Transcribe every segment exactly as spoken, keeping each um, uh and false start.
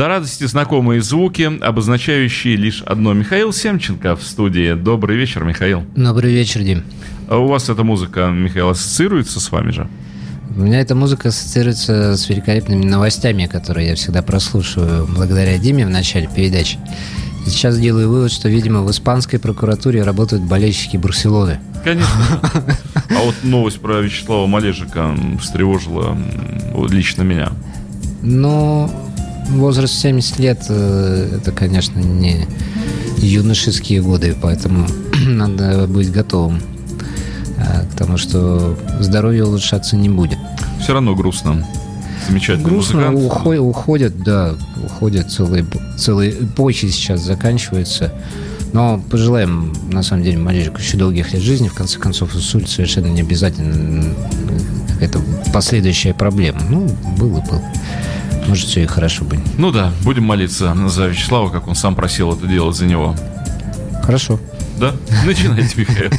До радости знакомые звуки, обозначающие лишь одно. Михаил Семченко в студии. Добрый вечер, Михаил. Добрый вечер, Дим. А у вас эта музыка, Михаил, ассоциируется с вами же? У меня эта музыка ассоциируется с великолепными новостями, которые я всегда прослушиваю благодаря Диме в начале передачи. И сейчас делаю вывод, что, видимо, в испанской прокуратуре работают болельщики Барселоны. Конечно. А вот новость про Вячеслава Малежика встревожила лично меня. Ну, возраст семьдесят лет – это, конечно, не юношеские годы, поэтому надо быть готовым к тому, что здоровье улучшаться не будет. Все равно грустно. Замечательный грустно музыкант. Уходят, уходят, да, уходят целые, целые эпохи сейчас заканчиваются. Но пожелаем, на самом деле, Малежику еще долгих лет жизни. В конце концов, Иссуль совершенно не обязательно какая-то последующая проблема. Ну, был и был. Может, все и хорошо будет. Ну да, будем молиться за Вячеслава, как он сам просил это делать за него. Хорошо. Да? Начинайте, Михаил.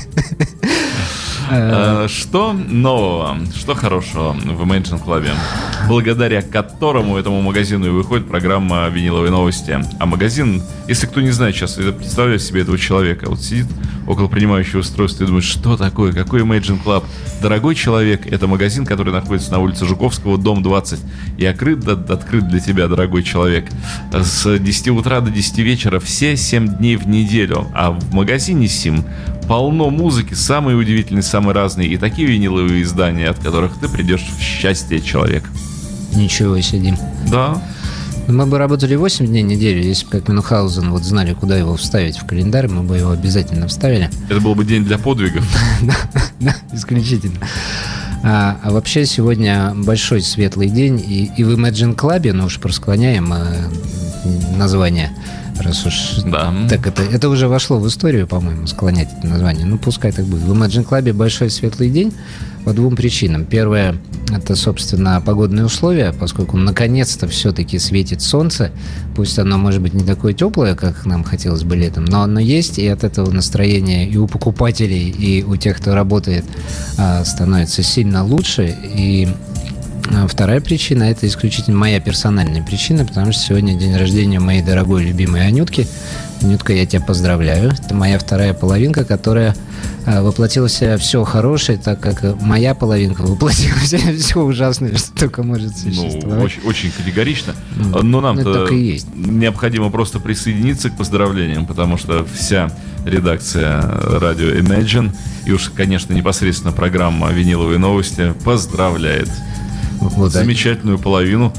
Что нового, что хорошего в Imagine Club, благодаря которому этому магазину и выходит программа «Виниловые новости». А магазин, если кто не знает сейчас, представляю себе этого человека, вот сидит около принимающего устройства и думает, что такое, какой Imagine Club? Дорогой человек, это магазин, который находится на улице Жуковского, дом двадцать, и открыт, открыт для тебя, дорогой человек, с десяти утра до десяти вечера, все семь дней в неделю. А в магазине Сим полно музыки, самые удивительные, самые разные, и такие виниловые издания, от которых ты придешь в счастье, человек. Ничего себе. Да. Мы бы работали восемь дней в неделю, если бы, как Мюнхгаузен, вот знали, куда его вставить в календарь, мы бы его обязательно вставили. Это был бы день для подвигов. Да, исключительно. А, а вообще сегодня большой светлый день, и, и в Imagine Club, ну уж просклоняем э, название, раз уж да. так это, это уже вошло в историю, по-моему, склонять это название. Ну, пускай так будет. В Imagine Club большой светлый день по двум причинам. Первое – это, собственно, погодные условия, поскольку наконец-то все-таки светит солнце. Пусть оно, может быть, не такое теплое, как нам хотелось бы летом, но оно есть, и от этого настроение и у покупателей, и у тех, кто работает, становится сильно лучше. И вторая причина – это исключительно моя персональная причина, потому что сегодня день рождения моей дорогой любимой Анютки. Анютка, я тебя поздравляю. Это моя вторая половинка, которая воплотила в себя все хорошее, так как моя половинка воплотила в себя все ужасное, что только может существовать. Ну, очень, очень категорично. Но нам-то необходимо просто присоединиться к поздравлениям, потому что вся редакция радио Imagine и уж, конечно, непосредственно программа «Виниловые новости» поздравляет вот, замечательную да. половину.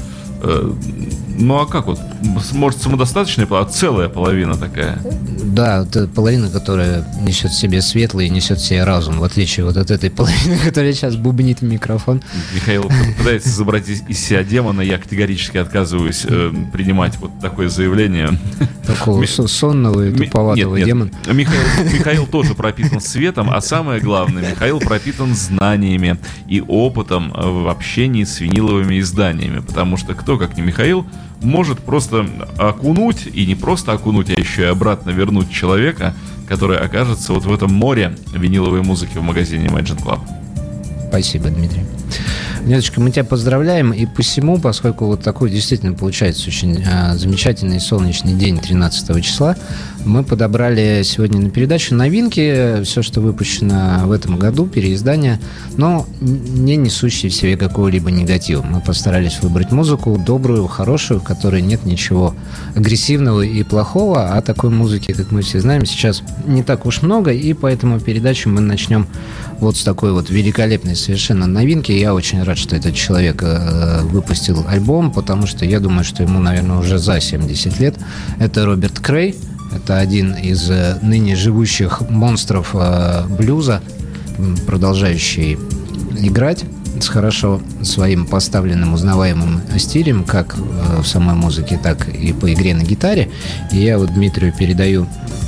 Ну а как вот? Может, самодостаточная половина, целая половина такая? Да, это половина, которая несет в себе светлый и несет в себе разум, в отличие вот от этой половины, которая сейчас бубнит в микрофон. Михаил пытается забрать из, из себя демона, я категорически отказываюсь э, принимать вот такое заявление. Такого Ми... сонного и туповатого нет, нет. демона. Михаил, Михаил тоже пропитан светом, а самое главное, Михаил пропитан знаниями и опытом в общении с виниловыми изданиями, потому что кто, как не Михаил, может просто окунуть, и не просто окунуть, а еще и обратно вернуть человека, который окажется вот в этом море виниловой музыки в магазине Imagine Club. Спасибо, Дмитрий. Неточка, мы тебя поздравляем, и посему, поскольку вот такой действительно получается очень э, замечательный солнечный день тринадцатого числа, мы подобрали сегодня на передачу новинки, все, что выпущено в этом году, переиздания, но не несущие в себе какого-либо негатива. Мы постарались выбрать музыку добрую, хорошую, в которой нет ничего агрессивного и плохого, а такой музыки, как мы все знаем, сейчас не так уж много, и поэтому передачу мы начнем вот с такой вот великолепной совершенно новинки. Я очень рад, что этот человек э, выпустил альбом, потому что я думаю, что ему, наверное, уже за семьдесят лет. Это Роберт Крей. Это один из э, ныне живущих монстров э, блюза, продолжающий играть с хорошо своим поставленным узнаваемым стилем, как э, в самой музыке, так и по игре на гитаре. И я вот Дмитрию передаю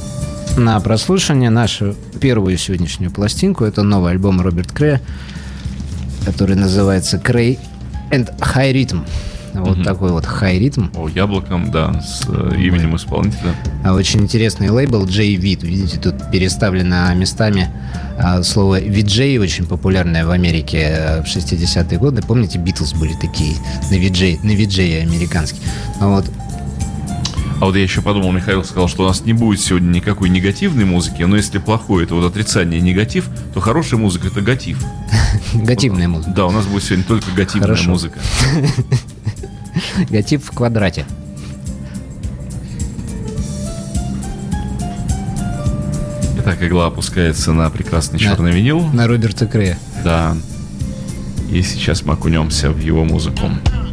на прослушивание нашу первую сегодняшнюю пластинку. Это новый альбом Роберт Крея, который называется Крей and High Rhythm. Вот mm-hmm. такой вот High Rhythm. О, яблоком, да, с э, именем исполнителя. А очень интересный лейбл джей ви. Видите, тут переставлено местами а, слово ви джей, очень популярное в Америке в шестидесятые годы. Помните, Битлз были такие на ви джей, на ви джей американский. А вот А вот я еще подумал, Михаил сказал, что у нас не будет сегодня никакой негативной музыки, но если плохое — это вот отрицание, негатив, то хорошая музыка — это гатив. Гативная музыка. Да, у нас будет сегодня только гативная Хорошо. музыка. Гатив в квадрате. Итак, игла опускается на прекрасный черный На- винил. На Роберта Крея. Да. И сейчас мы окунемся в его музыку.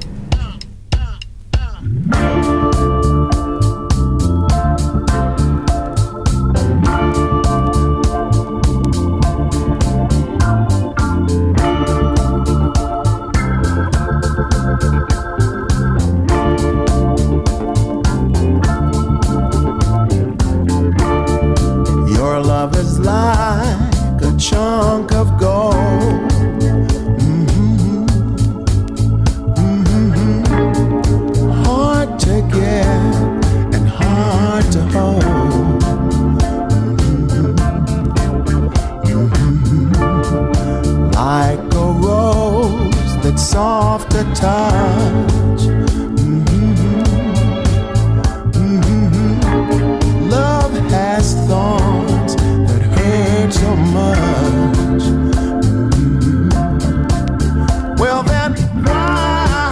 Your love is like a chunk of gold. Mhm. Mhm. Hard to get and hard to hold. Mhm. Like a rose that's soft to touch. Mhm. Mhm. Love has thorns that hurt so much. Mm-hmm. Well then, why,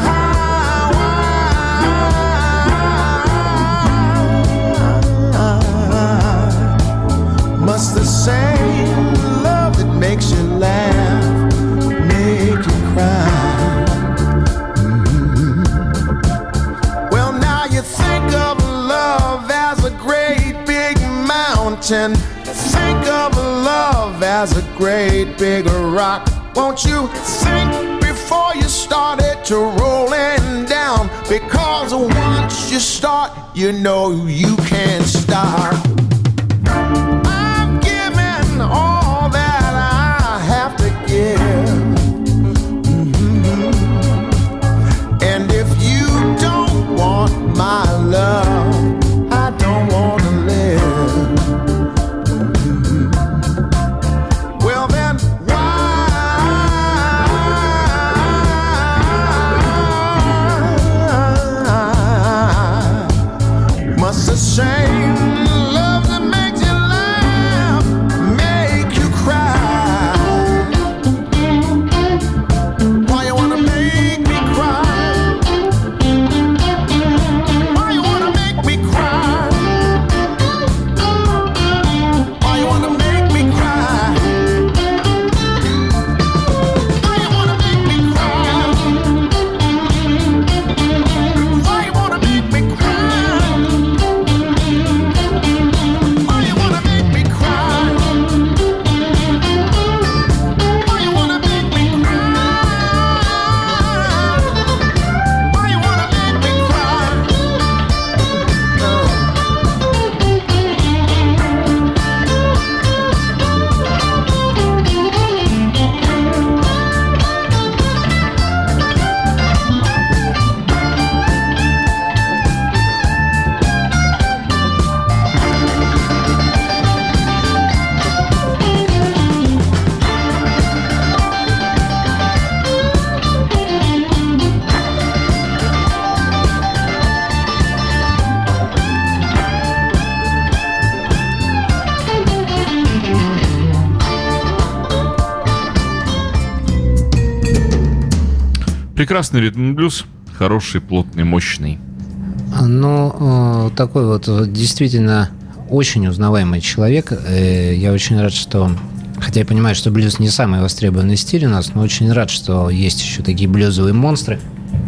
why must the same love that makes you laugh make you cry? Mm-hmm. Well, now you think of love as a great big mountain. Think of love as a great big rock. Won't you think before you start it to rolling down? Because once you start, you know you can't stop. I'm giving all that I have to give. Mhm. And if you don't want my love, I don't want to live. Mhm. Well then, why must the same love that makes you laugh make you cry? Why you wanna make me cry? Why you wanna make me cry? Why you wanna make me cry? Why you wanna make me cry? Why you wanna make me cry? Why you wanna make me cry? Why you wanna make me cry? Why you wanna make me cry? Прекрасный ритм-блюз, хороший, плотный, мощный. Ну, э, такой вот э, действительно очень узнаваемый человек. Э, Я очень рад, что... Хотя я понимаю, что блюз не самый востребованный стиль у нас, но очень рад, что есть еще такие блюзовые монстры.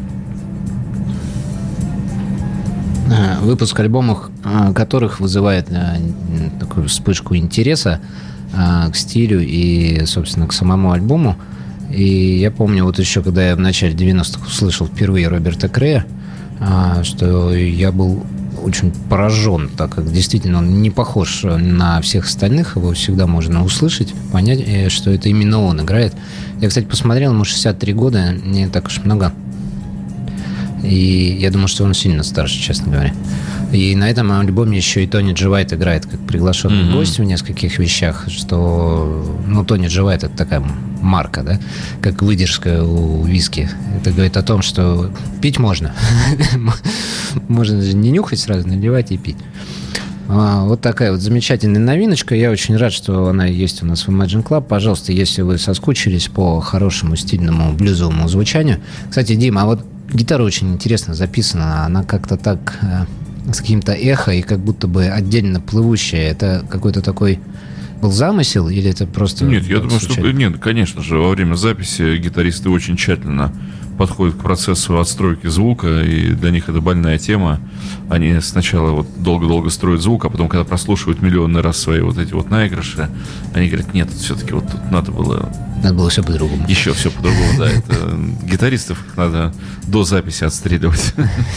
Э, Выпуск альбомов, э, которых вызывает э, такую вспышку интереса э, к стилю и, собственно, к самому альбому. И я помню, вот еще когда я в начале девяностых услышал впервые Роберта Крея, а, что я был очень поражен, так как действительно он не похож на всех остальных, его всегда можно услышать, понять, э, что это именно он играет. Я, кстати, посмотрел, ему шестьдесят три года, не так уж много. И я думал, что он сильно старше, честно говоря. И на этом альбоме еще и Тони Джи Вайт играет как приглашенный mm-hmm. гость в нескольких вещах, что, ну, Тони Джи Вайт — это такая марка, да, как выдержка у виски. Это говорит о том, что пить можно. Можно же не нюхать сразу, наливать и пить. Вот такая вот замечательная новиночка. Я очень рад, что она есть у нас в Imagine Club. Пожалуйста, если вы соскучились по хорошему стильному блюзовому звучанию. Кстати, Дима, а вот гитара очень интересно записана. Она как-то так э, с каким-то эхо и как будто бы отдельно плывущая. Это какой-то такой был замысел или это просто... Нет, я думаю, случайно? что... Нет, конечно же, во время записи гитаристы очень тщательно подходят к процессу отстройки звука, и для них это больная тема. Они сначала вот долго-долго строят звук, а потом, когда прослушивают миллионный раз свои вот эти вот наигрыши, они говорят, нет, все-таки вот тут надо было... Надо было все по-другому. Еще все по-другому, да. Это гитаристов надо до записи отстреливать.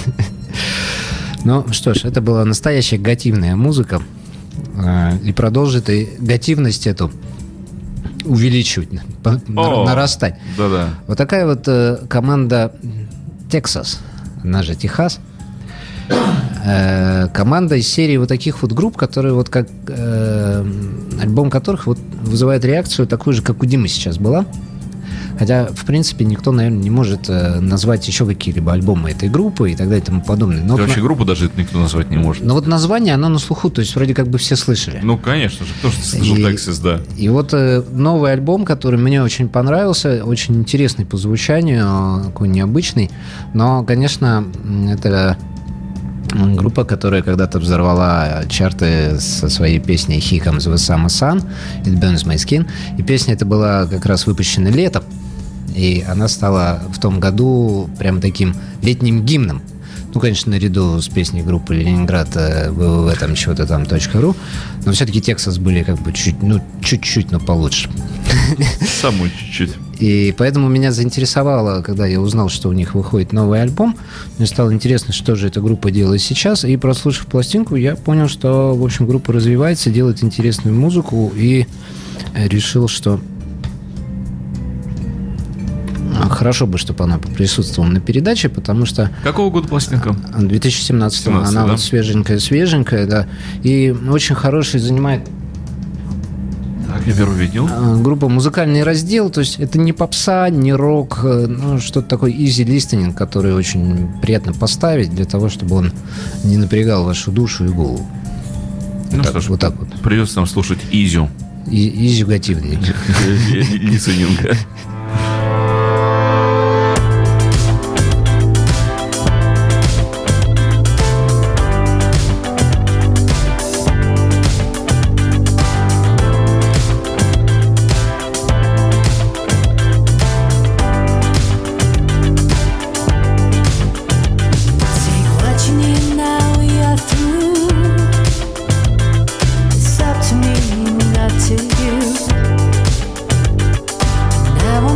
Ну что ж, это была настоящая готивная музыка. И продолжит и готивность эту увеличивать, О, нарастать. Да-да. Вот такая вот э, команда Texas, она же Техас. Э, команда из серии вот таких вот групп, которые вот как э, альбом которых вот вызывает реакцию такую же, как у Димы сейчас была. Хотя, в принципе, никто, наверное, не может э, назвать еще какие-либо альбомы этой группы и так далее и тому подобное. Но да вот вообще на... группу даже это никто назвать не может. Но вот название, оно на слуху, то есть вроде как бы все слышали. Ну, конечно же, кто же слышал и, Texas, да. И вот э, новый альбом, который мне очень понравился, очень интересный по звучанию, такой необычный, но, конечно, это... группа, которая когда-то взорвала чарты со своей песней «Here Comes the Summer Sun», «It Burns My Skin». И песня эта была как раз выпущена летом. И она стала в том году прям таким летним гимном. Ну, конечно, наряду с песней группы «Ленинград» в этом чего-то там .ру. Но все-таки «Тексас» были как бы чуть, ну, чуть-чуть, но получше. Самую чуть-чуть. И поэтому меня заинтересовало, когда я узнал, что у них выходит новый альбом. Мне стало интересно, что же эта группа делает сейчас. И прослушав пластинку, я понял, что, в общем, группа развивается, делает интересную музыку. И решил, что хорошо бы, чтобы она присутствовала на передаче, потому что... Какого года пластинка? две тысячи семнадцатого. Она да? вот свеженькая-свеженькая, да. И очень хороший занимает... Так, я беру видео. Группа «Музыкальный раздел», то есть это не попса, не рок, ну, что-то такое easy listening, который очень приятно поставить для того, чтобы он не напрягал вашу душу и голову. Ну так, что ж, вот так вот. Придется нам слушать изю. Изюгативный. Листенинга. Now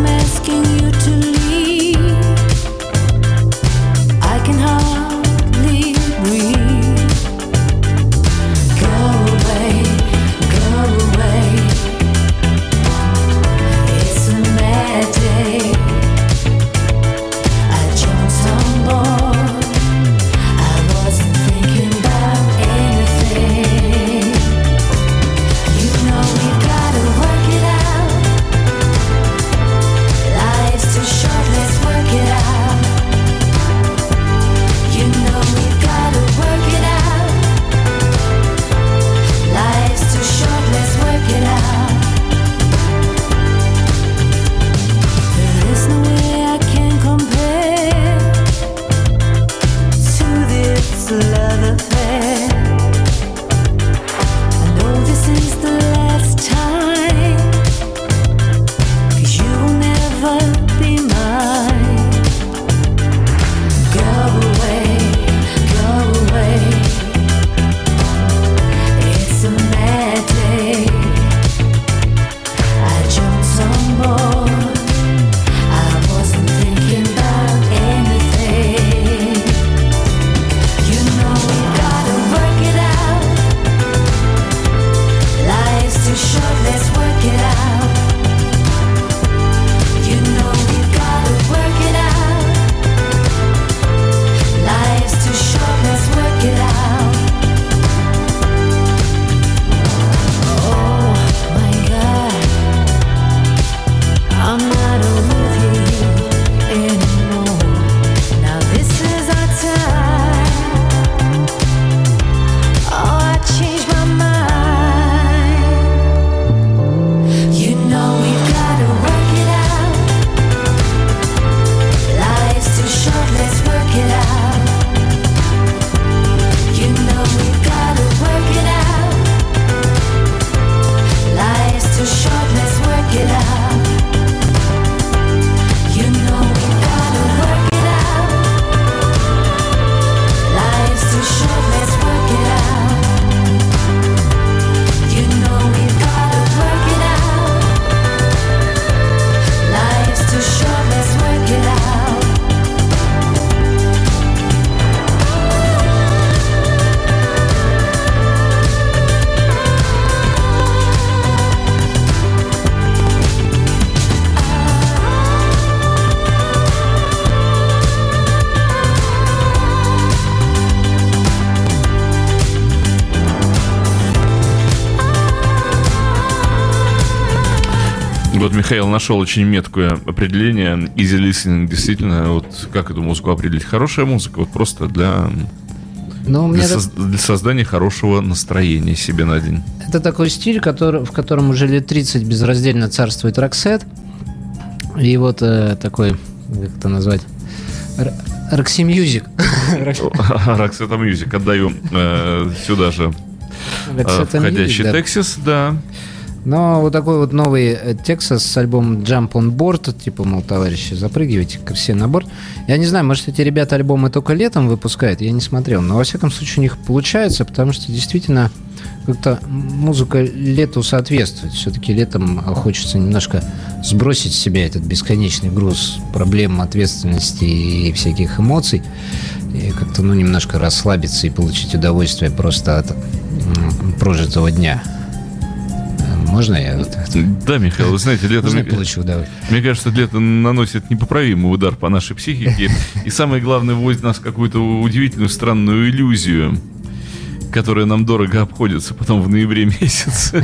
Вот Михаил нашел очень меткое определение. Easy listening. Действительно, вот как эту музыку определить? Хорошая музыка, вот просто для, Ну, для, это... соз- для создания хорошего настроения себе на день. это такой стиль, который, в котором уже лет тридцать безраздельно царствует Roxette. И вот э, такой, как это назвать, Roxy Music. Roxette Music. Отдаю э, сюда же э, входящий Music, да. Texas, да. Но вот такой вот новый Texas с альбомом Jump on Board, типа, мол, товарищи, запрыгивайте ко все на борт. Я не знаю, может, эти ребята альбомы только летом выпускают, я не смотрел. Но, во всяком случае, у них получается, потому что действительно как-то музыка лету соответствует. Все-таки летом хочется немножко сбросить с себя этот бесконечный груз проблем, ответственности и всяких эмоций. И как-то, ну, немножко расслабиться и получить удовольствие просто от м, прожитого дня. Можно я вот это? Да, Михаил, вы знаете, лето... Можно я мне, получу удовольствие? мне кажется, лето наносит непоправимый удар по нашей психике. И самое главное, вводит нас в какую-то удивительную, странную иллюзию, которая нам дорого обходится потом в ноябре месяце.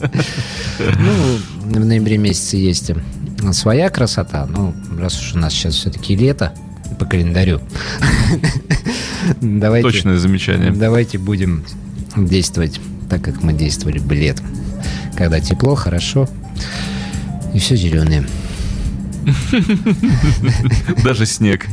Ну, в ноябре месяце есть своя красота. Ну, раз уж у нас сейчас все-таки лето по календарю. Давайте, Точное замечание. давайте будем действовать так, как мы действовали бы летом. Когда тепло, хорошо, и все зеленое. Даже снег.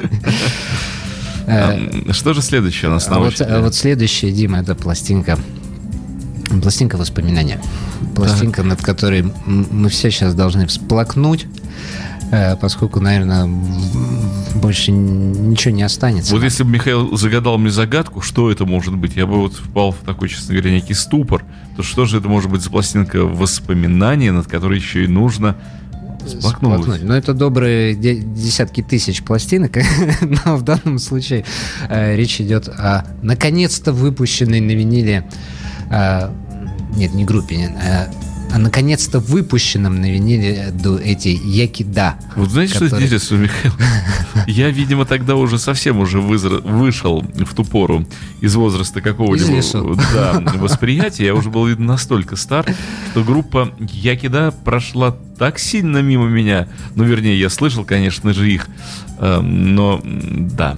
Что же следующее у нас на А вот, очереди? а вот следующая, Дима, это пластинка. Пластинка воспоминания. Пластинка, над которой м- мы все сейчас должны всплакнуть, э, поскольку, наверное, больше ничего не останется. Вот если бы Михаил загадал мне загадку, что это может быть, я бы вот впал в такой, честно говоря, некий ступор. То что же это может быть за пластинка воспоминаний, над которой еще и нужно сплакнуть? Сплакнуть. Ну, это добрые де- десятки тысяч пластинок, но в данном случае э, речь идет о наконец-то выпущенной на виниле, э, нет, не группе, нет, э, о наконец-то выпущенном на виниле дуэте Якида. Вот знаете, что который- интересно, Михаил? Я, видимо, тогда уже совсем уже вызра- вышел в ту пору из возраста Из какого-либо лесу. да, восприятия. Я уже был, видно, настолько стар, что группа Якида прошла так сильно мимо меня. Ну, вернее, я слышал, конечно же, их. э, Но, м, да.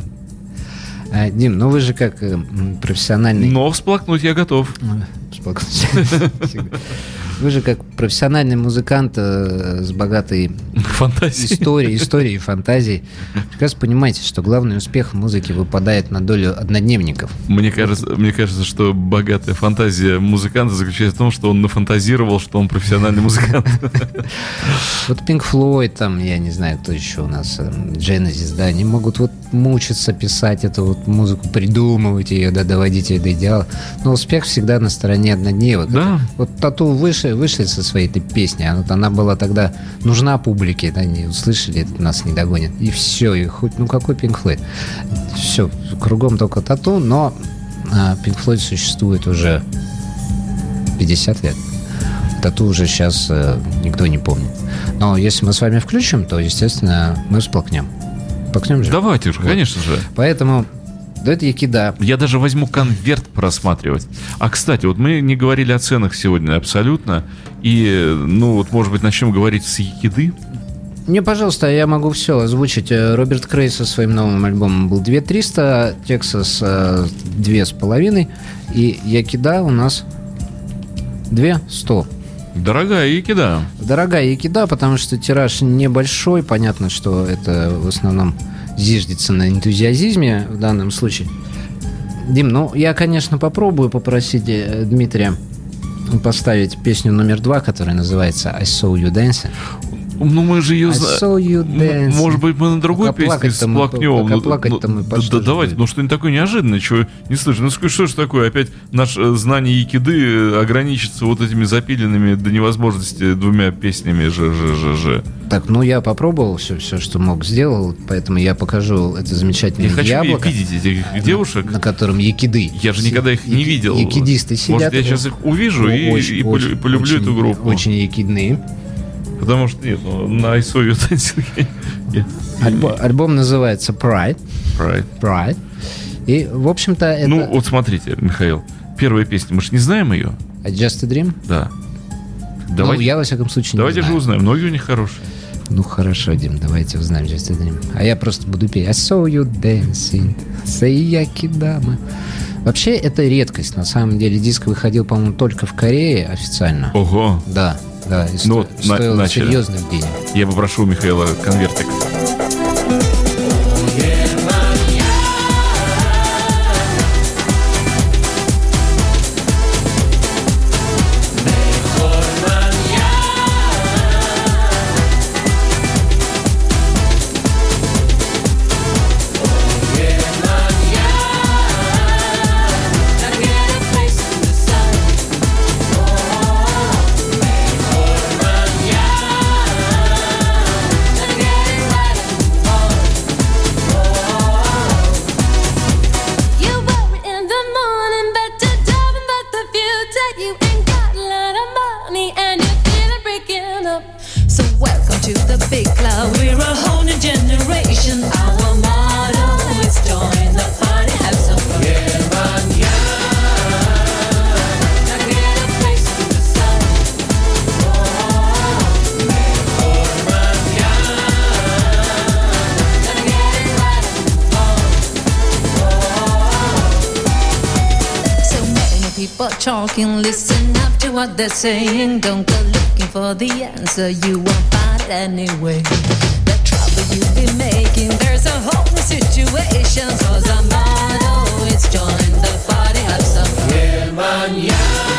А, Дим, ну вы же как э, м, профессиональный... Но всплакнуть я готов. Всплакнуть. Всегда. Вы же как профессиональный музыкант э, с богатой Фантазия. историей, историей и фантазией. Прекрасно понимаете, что главный успех музыки выпадает на долю однодневников. Мне кажется, мне кажется, что богатая фантазия музыканта заключается в том, что он нафантазировал, что он профессиональный музыкант. Вот Pink Floyd, там, я не знаю, кто еще у нас, э, Genesis, да, они могут вот мучиться писать эту вот музыку, придумывать ее, да, доводить ее до идеала. Но успех всегда на стороне однодневок. Да. Вот Тату вышли, вышли со своей этой песней, она, она была тогда нужна публике, да, они услышали, это нас не догонит. И все, и хоть, ну какой Pink Floyd? Все, кругом только Тату, но а, Pink Floyd существует уже пятьдесят лет. Тату уже сейчас э, никто не помнит. Но если мы с вами включим, то, естественно, мы всплакнем. Всплакнем же? Давайте же, конечно же. Поэтому дуэт Якида. Я даже возьму конверт просматривать. А, кстати, вот мы не говорили о ценах сегодня абсолютно. И, ну, вот, может быть, начнем говорить с Якиды. Не, пожалуйста, я могу все озвучить. Роберт Крей со своим новым альбомом был две тысячи триста, Texas э, две с половиной, и Якида у нас две тысячи сто. Дорогая Якида. Дорогая Якида, потому что тираж небольшой. Понятно, что это в основном зиждется на энтузиазме в данном случае. Дим, ну, я, конечно, попробую попросить э, Дмитрия поставить песню номер два, которая называется «I Saw You Dancing». Ну, мы же ее I знаем. saw you dancing. Может быть, мы на другой Пока песне плакать-то мы- сплакнем. пока Ну, плакать-то ну, мы да, почти да, же давайте, будем. ну что-нибудь такое неожиданное, чего не слышу. Ну скажи, что же такое? Опять наше э, знание Якиды ограничится вот этими запиленными до невозможности двумя песнями же, же, же, же. Так, ну я попробовал все, все, что мог, сделал, поэтому я покажу это замечательное Я хочу яблоко, видеть этих девушек. на котором якиды. Я же никогда их не Яки- видел. Якидисты сидят. Может, я сейчас их увижу Ну, и, очень, и полю- очень, полюблю очень, эту группу. Очень якидные. Потому что нет, ну, на I Saw You Dancing я- Альбо- альбом называется Pride. Right. Pride. И, в общем-то, это Ну, вот смотрите, Михаил, первая песня, мы же не знаем ее? Just a Dream. Да. Давайте, ну, я, во всяком случае, давайте не знаю. же узнаем. Ноги у них хорошие. Ну, хорошо, Дим, давайте узнаем. Just a dream. А я просто буду петь. I saw you dancing, Sayakidama. Вообще, это редкость. На самом деле, диск выходил, по-моему, только в Корее официально. Ого. Да, да. И Ну, сто... на- стоил начали. серьезных денег. Я попрошу у Михаила конвертик. Talking, listen up to what they're saying. Don't go looking for the answer, you won't find it anyway. The trouble you'll be making, there's a whole new situation. So the motto is join the party, have some fun. Yeah, man, yeah.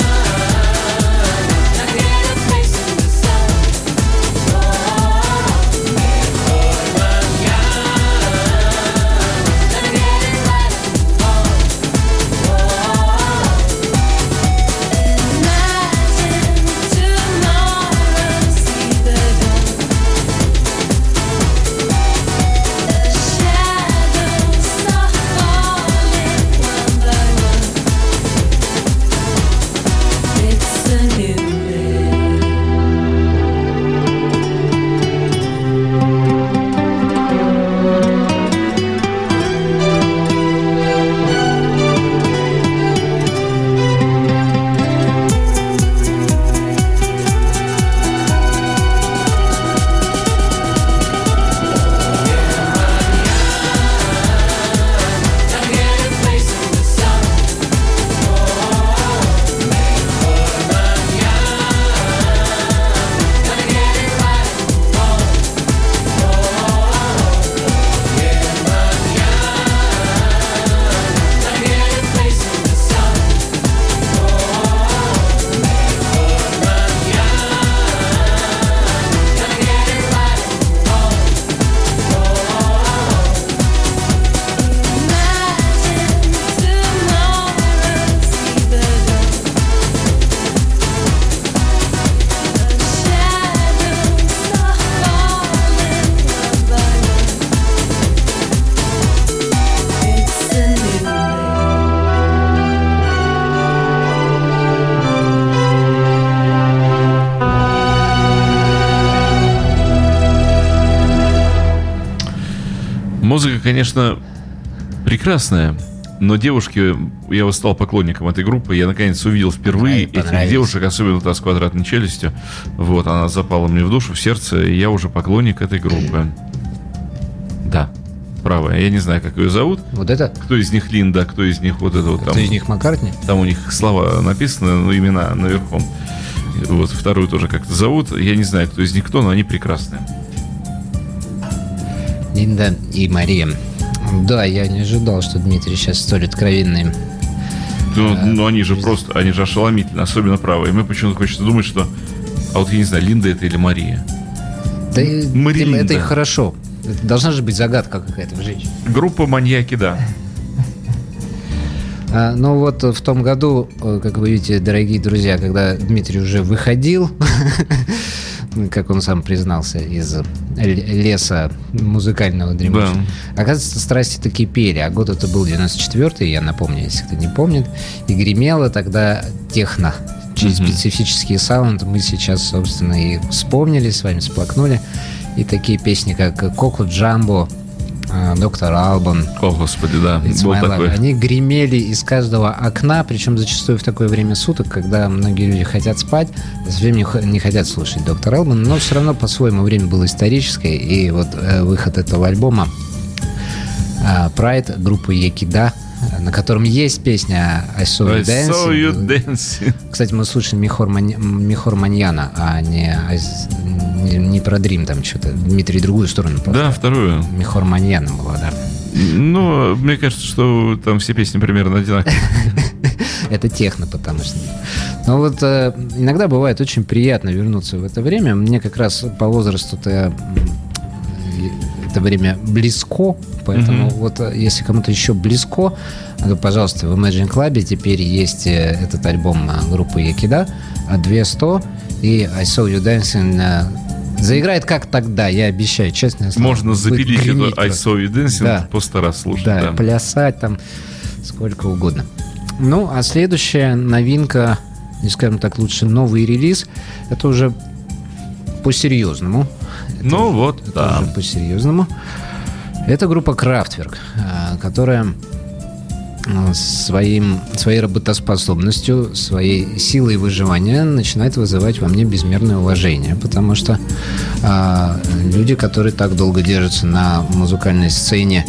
Музыка, конечно, прекрасная, но девушки, я вот стал поклонником этой группы, я наконец увидел впервые этих девушек, особенно та с квадратной челюстью. Вот, она запала мне в душу, в сердце, и я уже поклонник этой группы. Да, правая. Я не знаю, как ее зовут. Вот это? Кто из них Линда, кто из них вот это вот там. Кто из них Маккартни? Там у них слова написаны, но имена наверху. Вот, вторую тоже как-то зовут. Я не знаю, кто из них кто, но они прекрасные. Линда и Мария. Да, я не ожидал, что Дмитрий сейчас столь откровенный. Ну, а, ну они же просто, они же ошеломительны, особенно правые. И мы почему-то хочется думать, что, а вот я не знаю, Линда это или Мария. Да, Марилинда. Это и хорошо. Это должна же быть загадка какая-то в жизни. Группа «Маньяки», да. А, ну вот в том году, как вы видите, дорогие друзья, когда Дмитрий уже выходил, как он сам признался, из леса музыкального дремучего, да. Оказывается, страсти-то кипели. А год это был девяносто четвёртый, я напомню, если кто не помнит. И гремело тогда техно. Через mm-hmm. специфический саунд мы сейчас, собственно, и вспомнили, с вами сплакнули. И такие песни, как «Коко Джамбо», Доктор Албан. О, господи, да, It's был My Life. такой. Они гремели из каждого окна, причем зачастую в такое время суток, когда многие люди хотят спать, совсем не, х- не хотят слушать доктора Албан, но все равно по-своему время было историческое, и вот э, выход этого альбома э, Pride группы Якида, на котором есть песня I Saw You I Dancing. saw you dancing. Кстати, мы слушаем Михор, Мань... Михор Маньяна, а не, не, не про Дрим там что-то. Дмитрий другую сторону. Да, вторую. Михор Маньяна была, да. Ну, мне кажется, что там все песни примерно одинаковые. Это техно, потому что... Но вот э, иногда бывает очень приятно вернуться в это время. Мне как раз по возрасту-то э, это время близко, поэтому Mm-hmm. вот э, если кому-то еще близко, то, пожалуйста, в Imagine Club теперь есть э, этот альбом э, группы Якида две сто и I Saw You Dancing э, заиграет как тогда, я обещаю, честно. Можно запилить эту греметь I просто. Saw You Dancing, Да. просто раз слушать. Да, Да. плясать там сколько угодно. Ну, а следующая новинка, не скажем так, лучше новый релиз, это уже по-серьезному. Это Ну уже- вот, это да. уже по-серьезному. Это группа Kraftwerk, а, которая а, своим, своей работоспособностью, своей силой выживания начинает вызывать во мне безмерное уважение, потому что а, люди, которые так долго держатся на музыкальной сцене,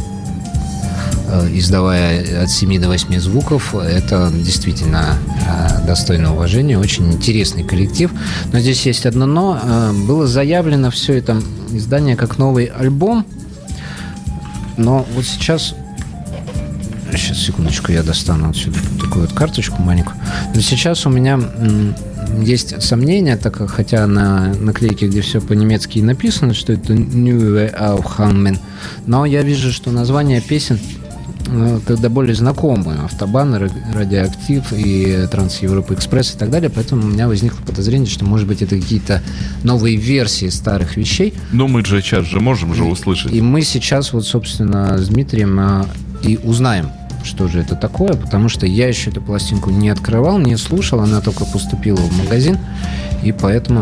издавая от семи до восьми звуков, это действительно э, достойно уважения, очень интересный коллектив. Но здесь есть одно но. Э, было заявлено все это издание как новый альбом, но вот сейчас... Сейчас, секундочку, я достану отсюда такую вот карточку маленькую. Но сейчас у меня м, есть сомнения, так как, хотя на наклейке, где все по-немецки и написано, что это Neue Aufnahmen, но я вижу, что название песен когда более знакомые: Автобан, Радиоактив и Транс-Европа Экспресс и так далее. Поэтому у меня возникло подозрение, что, может быть, это какие-то новые версии старых вещей. Ну, мы же сейчас же можем же услышать. И мы сейчас вот, собственно, с Дмитрием а, и узнаем, что же это такое, потому что я еще эту пластинку не открывал, не слушал, она только поступила в магазин, и поэтому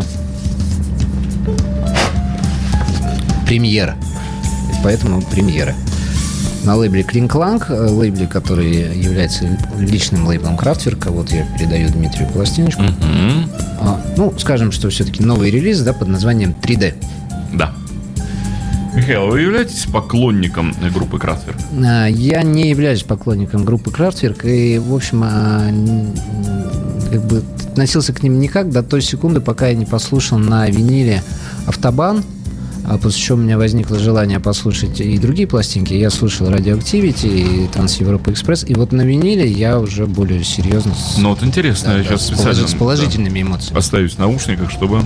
премьера. И поэтому премьера. На лейбле Клинкланг, лейбле, который является личным лейблом Крафтверка. Вот я передаю Дмитрию пластиночку. Мгм. А, ну, скажем, что все-таки новый релиз, да, под названием три дэ. Да. Михаил, вы являетесь поклонником группы Kraftwerk? А, Я не являюсь поклонником группы Крафтверк и, в общем, а, н- как бы относился к ним никак до той секунды, пока я не послушал на виниле «Автобан», а после чего у меня возникло желание послушать и другие пластинки. Я слушал «Радиоактивити» и «Транс-Европа Экспресс», и вот на виниле я уже более серьезно... с- Ну вот интересно, да, я да, сейчас с специально положи- с положительными эмоциями. да, оставюсь в наушниках, чтобы...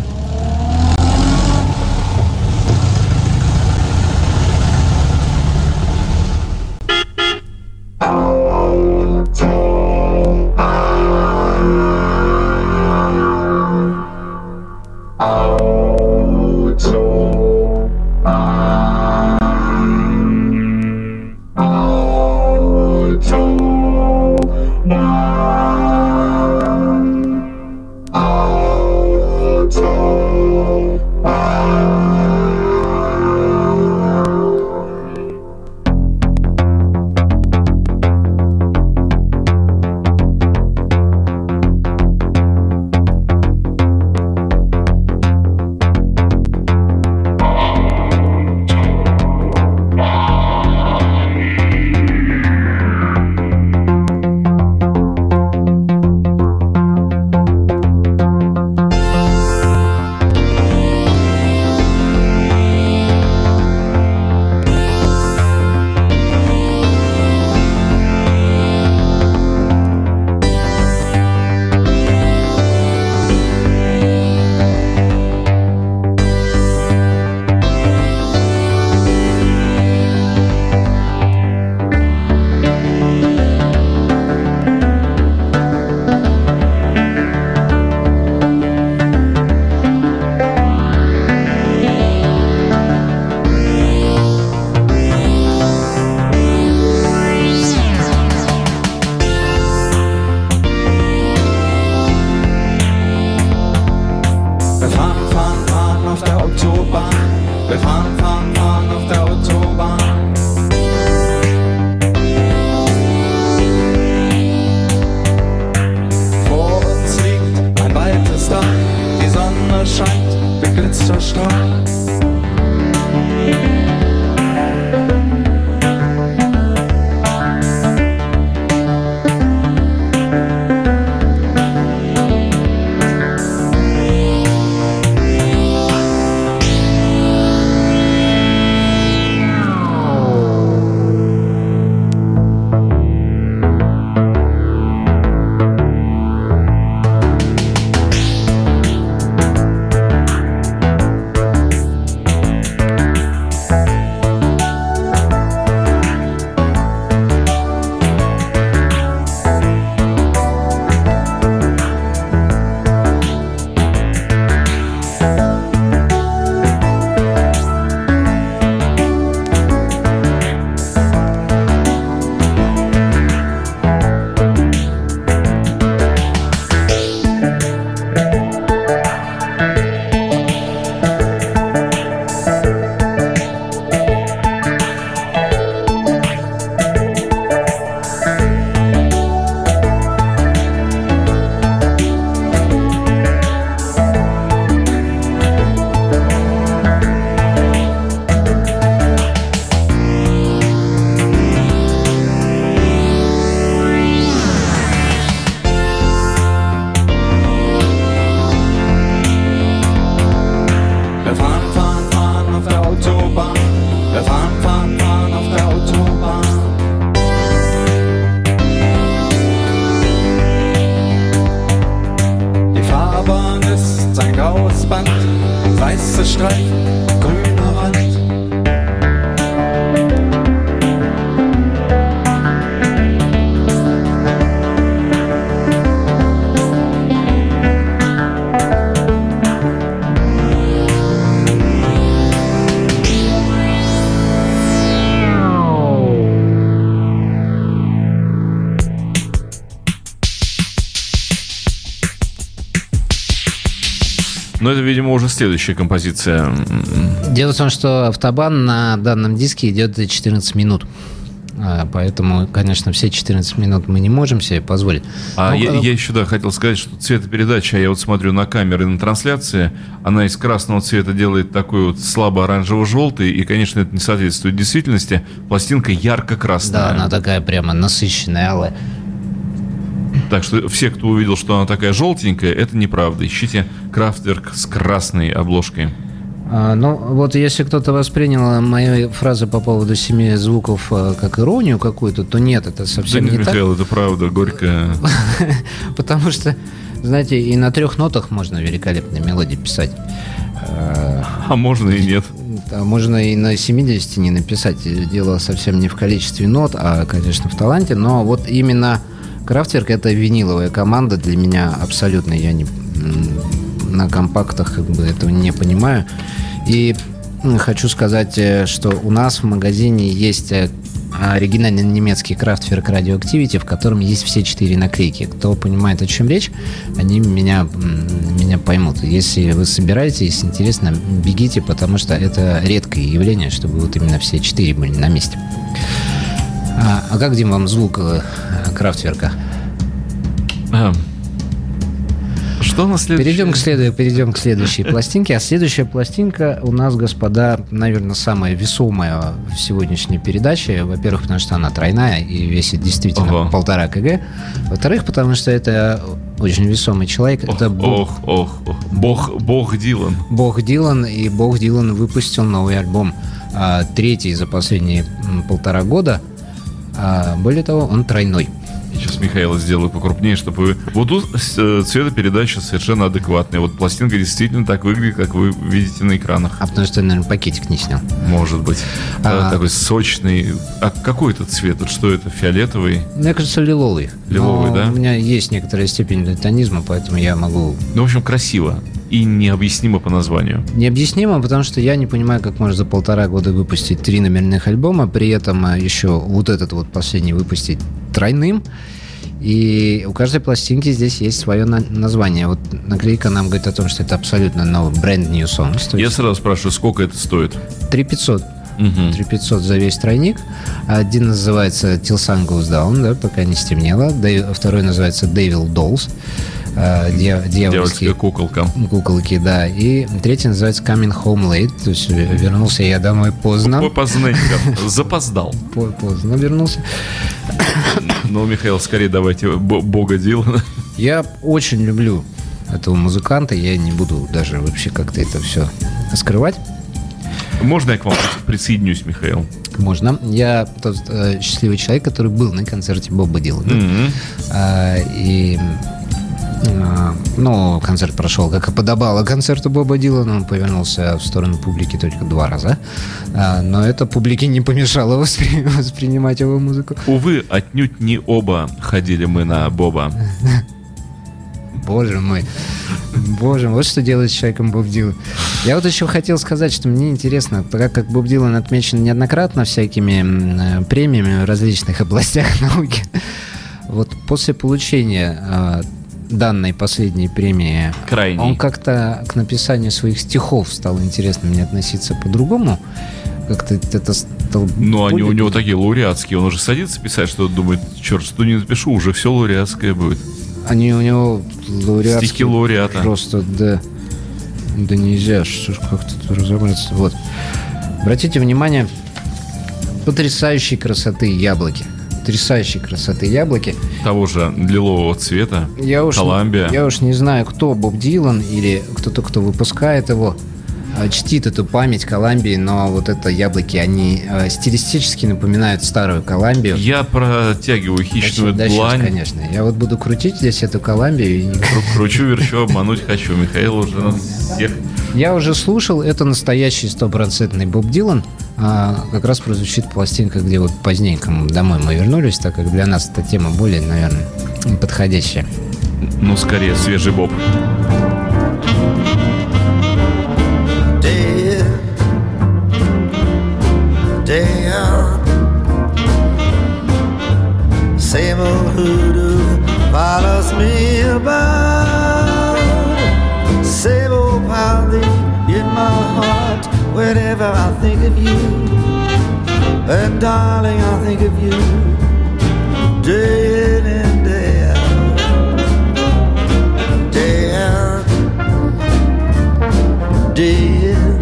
Wir fahren, fahren, fahren auf der Autobahn. Wir fahren, fahren, fahren auf der Autobahn. Strahl. Но это, видимо, уже следующая композиция. Дело в том, что автобан на данном диске идет четырнадцать минут. Поэтому, конечно, все четырнадцать минут мы не можем себе позволить. А ну, я, я еще, да, хотел сказать, что цветопередача, я вот смотрю на камеры, на трансляции, она из красного цвета делает такой вот слабо оранжево-желтый, и, конечно, это не соответствует действительности. Пластинка ярко-красная. Да, она такая прямо насыщенная, алая. Так что все, кто увидел, что она такая желтенькая, это неправда. Ищите Kraftwerk с красной обложкой. А, ну, вот если кто-то воспринял мою фразу по поводу семи звуков как иронию какую-то, то нет, это совсем да не нет, так. Михаил, это правда, горькая. Потому что, знаете, и на трех нотах можно великолепные мелодии писать. А можно и нет. А можно и на семидесяти не написать. Дело совсем не в количестве нот, а, конечно, в таланте. Но вот именно Kraftwerk — это виниловая команда для меня абсолютно. Я не, на компактах как бы этого не понимаю. И хочу сказать, что у нас в магазине есть оригинальный немецкий Kraftwerk Radioactivity, в котором есть все четыре наклейки. Кто понимает, о чем речь, они меня, меня поймут. Если вы собираетесь, если интересно, бегите, потому что это редкое явление, чтобы вот именно все четыре были на месте. А, а как, Дим, вам звук Kraftwerk? А, что на следующее? Перейдем к, следу... Перейдем к следующей пластинке. А следующая пластинка у нас, господа, наверное, самая весомая в сегодняшней передаче. Во-первых, потому что она тройная и весит действительно Ого. полтора кг. Во-вторых, потому что это очень весомый человек. Ох, это Бог, ох, ох, ох. Бог, Бог Дилан. Бог Дилан. И Бог Дилан выпустил новый альбом. А, третий за последние м, полтора года. А, более того, он тройной. Сейчас Михаила сделаю покрупнее, чтобы вы... Вот тут цветопередача совершенно адекватная. Вот пластинка действительно так выглядит, как вы видите на экранах. А потому что я, наверное, пакетик не снял. Может быть. А... Такой сочный. А какой это цвет? Вот что это? Фиолетовый? Мне кажется, лиловый. Лиловый, но да? У меня есть некоторая степень дальтонизма, поэтому я могу... Ну, в общем, красиво. И необъяснимо по названию. Необъяснимо, потому что я не понимаю, как можно за полтора года выпустить три номерных альбома, при этом еще вот этот вот последний выпустить тройным. И у каждой пластинки здесь есть свое на- название. Вот наклейка нам говорит о том, что это абсолютно новый brand new songs. Я сразу спрашиваю, сколько это стоит? три пятьсот. Угу. три пятьсот за весь тройник. Один называется Till Sun Goes Down, да, пока не стемнело. Да, второй называется Devil Dolls. э, дья- Дьявольская дьявольские куколка. куколки, да. И третий называется Coming Home Late, то есть вернулся я домой поздно. Поздненько. Запоздал. По- Поздно вернулся. Ну, Михаил, скорее давайте б- бога Дилана. Я очень люблю этого музыканта, я не буду даже вообще как-то это все скрывать. Можно я к вам присоединюсь, Михаил? Можно. Я тот э, счастливый человек, который был на концерте Боба Дилана. М-м. А, и а, ну, концерт прошел, как и подобало концерту Боба Дилана. Он повернулся в сторону публики только два раза. А, но это публике не помешало воспри- воспринимать его музыку. Увы, отнюдь не оба ходили мы на Боба. Боже мой. Боже мой, вот что делает с человеком Боб Дилан. Я вот еще хотел сказать, что мне интересно, так как Боб Дилан отмечен неоднократно всякими э, премиями в различных областях науки, вот после получения э, данной последней премии, Крайней. он как-то к написанию своих стихов стал интересно мне относиться по-другому. Как-то это стало... Ну, они более- у него такие лауреатские. Он уже садится писать, что думает, черт, что не напишу, уже все лауреатское будет. Они у него лауреатские. Стихи лауреата. Просто, да, да нельзя, что ж как-то тут разобраться. Вот. Обратите внимание, потрясающей красоты яблоки. Потрясающей красоты яблоки. Того же лилового цвета. Я уж, Коламбия. я уж не знаю, кто Боб Дилан или кто-то, кто выпускает его, а, чтит эту память Коламбии, но вот это яблоки, они а, стилистически напоминают старую Коламбию. Я протягиваю хищную Да, щас, длань. конечно. Я вот буду крутить здесь эту Коламбию и не Кру- Кручу, верчу, обмануть хочу. Михаил уже нас всех... Я уже слушал, это настоящий стопроцентный Боб Дилан. А, как раз прозвучит пластинка, где вот поздненько мы домой мы вернулись, так как для нас эта тема более, наверное, подходящая. Ну, скорее, свежий Боб. Day in, day out. Same old hoodoo follows me about. Same old pounding in my heart whenever I think of you. And darling, I think of you day in and day out. Day out, day in.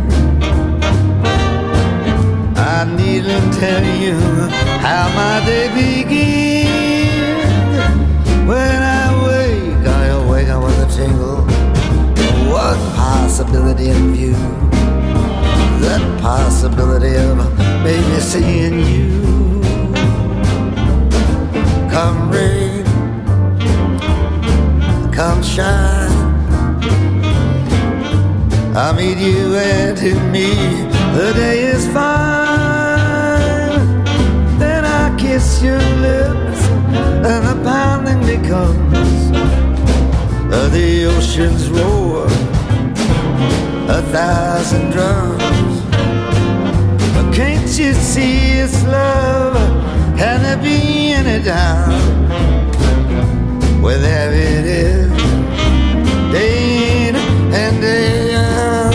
I needn't tell you how my day begins. When I wake, I wake up with a tingle. One possibility in view, that possibility of maybe seeing you. Come rain, come shine, I meet you and to me the day is fine. Then I kiss your lips and the pounding becomes uh, the ocean's roar, a thousand drums. But can't you see it's love? Can there be any doubt? Well, there it is, day in and day out.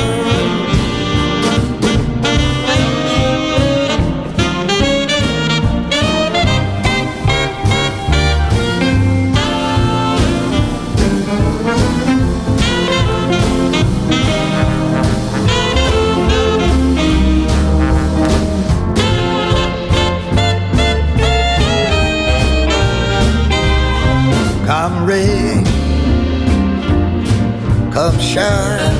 Come rain, come shine,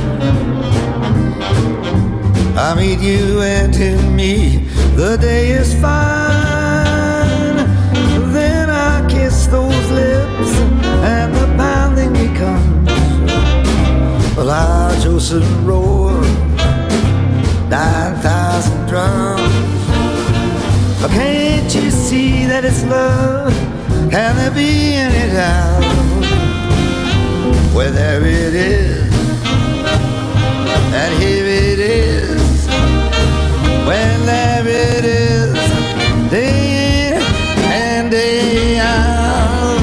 I meet you and to me the day is fine. Then I kiss those lips and the pounding becomes a large ocean roar, nine thousand drums. But can't you see that it's love? Can there be any doubt? Well, there it is, and here it is. Well, there it is, day in and day out.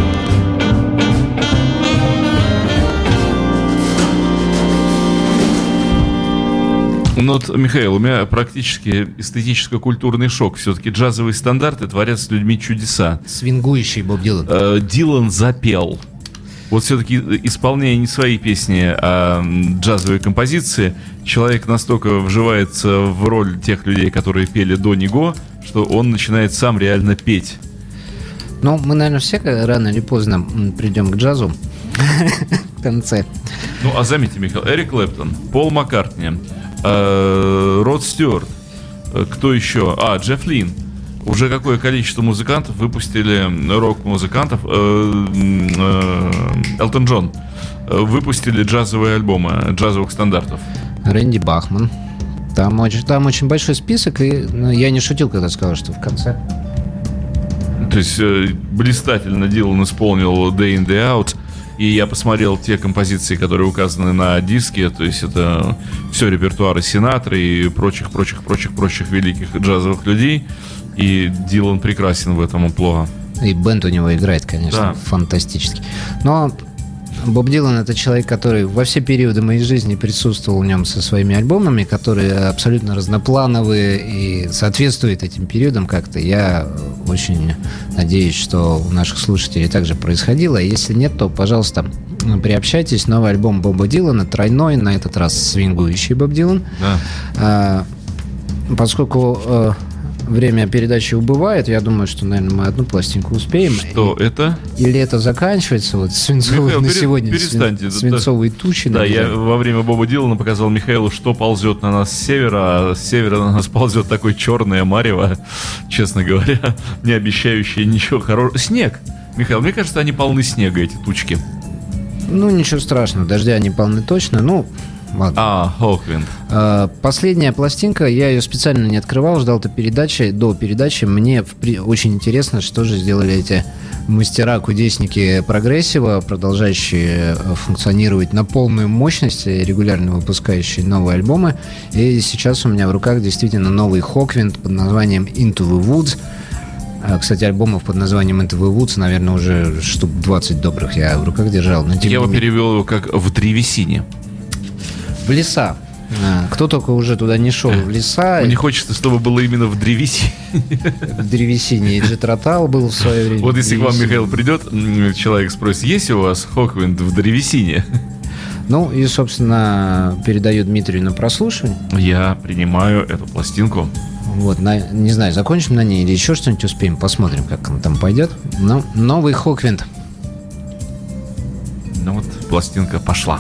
Ну вот, Михаил, у меня практически эстетическо-культурный шок. Все-таки джазовые стандарты творят с людьми чудеса. Свингующий Боб Дилан. Э, Дилан запел. Вот все-таки исполняя не свои песни, а джазовые композиции, человек настолько вживается в роль тех людей, которые пели до него, что он начинает сам реально петь. Ну, мы, наверное, все рано или поздно придем к джазу в конце. Ну, а заметьте, Михаил, Эрик Клэптон, Пол Маккартни, э, Род Стюарт, э, кто еще? А, Джефф Лин. Уже какое количество музыкантов выпустили, рок-музыкантов, э, э, Элтон Джон, э, выпустили джазовые альбомы, джазовых стандартов. Рэнди Бахман. Там очень, там очень большой список, и ну, я не шутил, когда сказал, что в конце. То есть э, блистательно Дилан исполнил Day in, Day out. И я посмотрел те композиции, которые указаны на диске. То есть это все репертуары Синатры и прочих-прочих-прочих-прочих великих джазовых людей. И Дилан прекрасен в этом амплуа. И бенд у него играет, конечно, да. Фантастически. Но Боб Дилан — это человек, который во все периоды моей жизни присутствовал в нем со своими альбомами, которые абсолютно разноплановые и соответствуют этим периодам как-то. Я очень надеюсь, что у наших слушателей также происходило. Если нет, то, пожалуйста, приобщайтесь. Новый альбом Боба Дилана, тройной, на этот раз свингующий Боб Дилан. Да. А, поскольку... время передачи убывает. Я думаю, что, наверное, мы одну пластинку успеем. Что и, это? Или это заканчивается? Вот свинцовые Михаил, на пере, сегодня перестаньте. свинцовые тучи. Да, я во время Боба Дилана показал Михаилу, что ползет на нас с севера, а с севера на нас ползет такое черное марево, честно говоря, не обещающее ничего хорошего. Снег. Михаил, мне кажется, они полны снега, эти тучки. Ну, ничего страшного. Дождя они полны точно. Ну, ладно. А, Hawkwind. А, последняя пластинка, я ее специально не открывал, ждал до передачи. До передачи мне очень интересно, что же сделали эти мастера-кудесники прогрессива, продолжающие функционировать на полную мощность, регулярно выпускающие новые альбомы. И сейчас у меня в руках действительно новый Hawkwind под названием Into the Woods. Кстати, альбомов под названием Into the Woods, наверное, уже штук двадцать добрых я в руках держал. Но, я его перевел его как «в древесине». В леса. Кто только уже туда не шел, в леса. Мне хочется, чтобы было именно в древесине. В древесине. И Джетротал был в свое время. Вот если к вам, Михаил, придет, человек спросит, есть у вас Hawkwind в древесине? Ну, и, собственно, передаю Дмитрию на прослушивание. Я принимаю эту пластинку. Вот, на, не знаю, закончим на ней или еще что-нибудь успеем. Посмотрим, как она там пойдет. Но новый Hawkwind. Ну вот, пластинка пошла.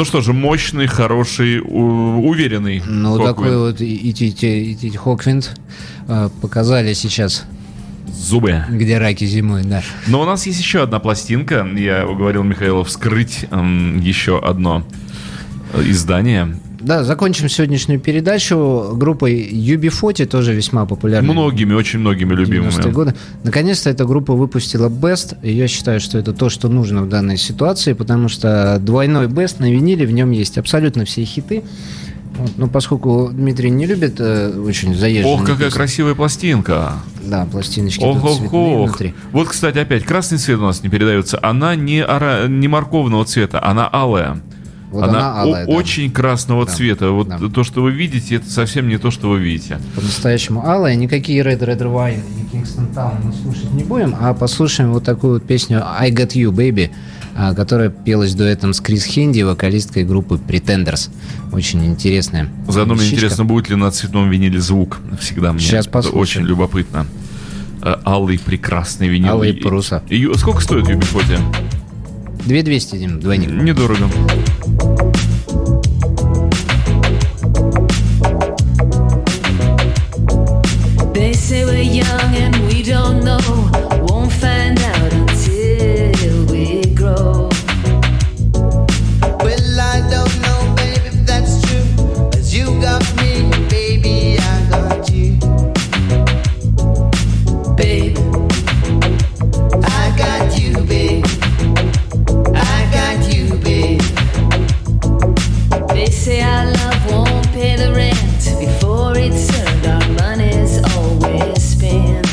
Ну что же, мощный, хороший, у- уверенный. Ну, Хоквинд. такой вот Ити Хоквинд э, показали сейчас, Зубы. где раки зимой, да. Но у нас есть еще одна пластинка. Я уговорил Михаила вскрыть эм, еще одно э, издание. Да, закончим сегодняшнюю передачу группой ю би форти, тоже весьма популярной. Многими, очень многими любимыми. девяностые годы. Наконец-то эта группа выпустила Best, и я считаю, что это то, что нужно в данной ситуации, потому что двойной Best на виниле, в нем есть абсолютно все хиты. Вот, но поскольку Дмитрий не любит э, очень заезженные Ох, какая песни, красивая пластинка. да, пластиночки Ох, тут ох, цветные ох. внутри. Вот, кстати, опять красный цвет у нас не передается. Она не, ора... не морковного цвета, она алая. Вот она она алая, о- да. очень красного Да, цвета. Вот да. то, что вы видите, это совсем не то, что вы видите. По-настоящему алая. Никакие Red Red Wine и Kingston Town мы слушать не будем, а послушаем вот такую вот песню I Got You, Baby, а, которая пелась дуэтом с Крис Хинди, вокалисткой группы Pretenders. Очень интересная. Заодно мне вещичка. интересно, будет ли на цветном виниле звук. Всегда мне Сейчас это послушаем. очень любопытно. Э, Алый прекрасный винил. Алые И- паруса. и- и сколько стоит ю би форти? две двести, Дим, двойник. Недорого. They say we're young and we don't know. Won't find out until we grow. Well, I don't know, baby, if that's true. 'Cause you got me, baby, I got you. Babe, I got you, babe. I got you, babe. they say our love won't pay the rent before it's earned. Our money's always spent.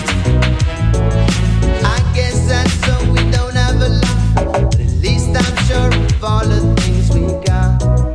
I guess that's so we don't have a lot. But at least I'm sure of all the things we got.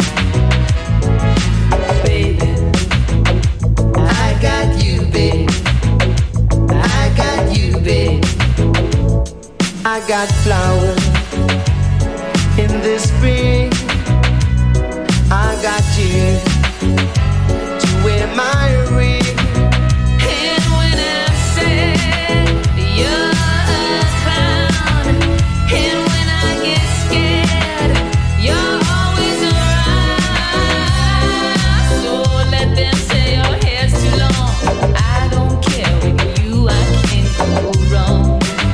Baby, I got you, babe. I got you, babe. I got flowers in the spring. I got you to wear my ring. and when I'm sad, you're a clown. And when I get scared, you're always around. So let them say your hair's too long. I don't care, with you I can't go wrong.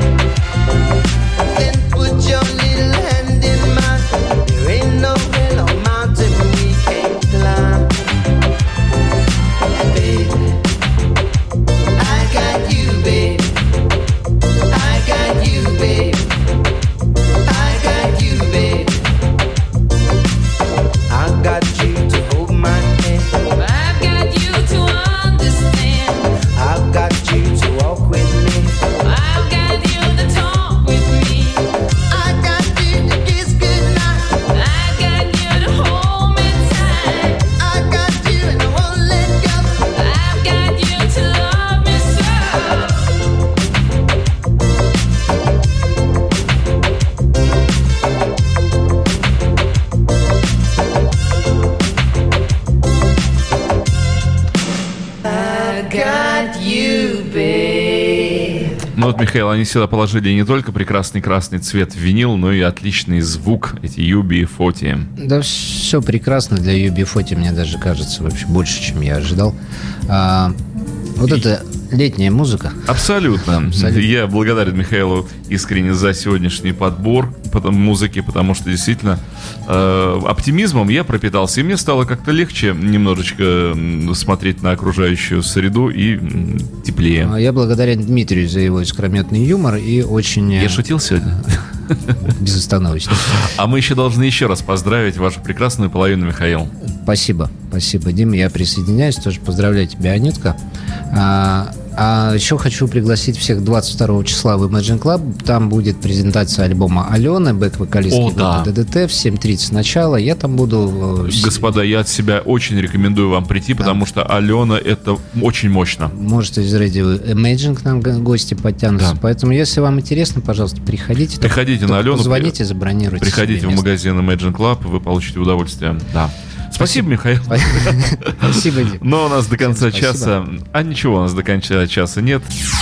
Then put your little hand in mine. There ain't no hill or mountain we can't climb. Baby, I got you, baby. I got you, baby. I got you, baby. I got you to hold my hand. I've got you to understand. I've got you to walk with me. I've got you to talk with me. I got you to kiss goodnight. I've got you to hold me tight. I got you and I won't let go. I've got you to love me so. I got you, babe. Ну вот, Михаил, они сюда положили не только прекрасный красный цвет в винил, но и отличный звук, эти ю би форти. Да все прекрасно для ю би форти, мне даже кажется, вообще больше, чем я ожидал. А, вот это летняя музыка. Абсолютно. Абсолютно. Я благодарен Михаилу искренне за сегодняшний подбор потом, музыки, потому что действительно э, оптимизмом я пропитался. И мне стало как-то легче немножечко м, смотреть на окружающую среду и м, теплее. А я благодарен Дмитрию за его искрометный юмор и очень э, Я шутил сегодня? безостановочно. А мы еще должны еще раз поздравить вашу прекрасную половину, Михаил. Спасибо, спасибо, Дима, я присоединяюсь, тоже поздравляю тебя, Анютка. А, а еще хочу пригласить всех двадцать второго числа в Imagine Club. Там будет презентация альбома Алены, бэк-вокалистки О, да. группы ДДТ в семь тридцать начало. Я там буду... э, с- Господа, я от себя очень рекомендую вам прийти, потому что Алена это очень мощно. Может, из радио Imagine к нам г- гости подтянутся. Да. Поэтому, если вам интересно, пожалуйста, приходите. Приходите Только на Алену, Позвоните, забронируйте. Приходите себе в место. магазин Imagine Club, вы получите удовольствие. Да. Спасибо, Михаил. Спасибо, Дима. Но у нас до конца Всем спасибо. часа... А ничего, у нас до конца часа нет.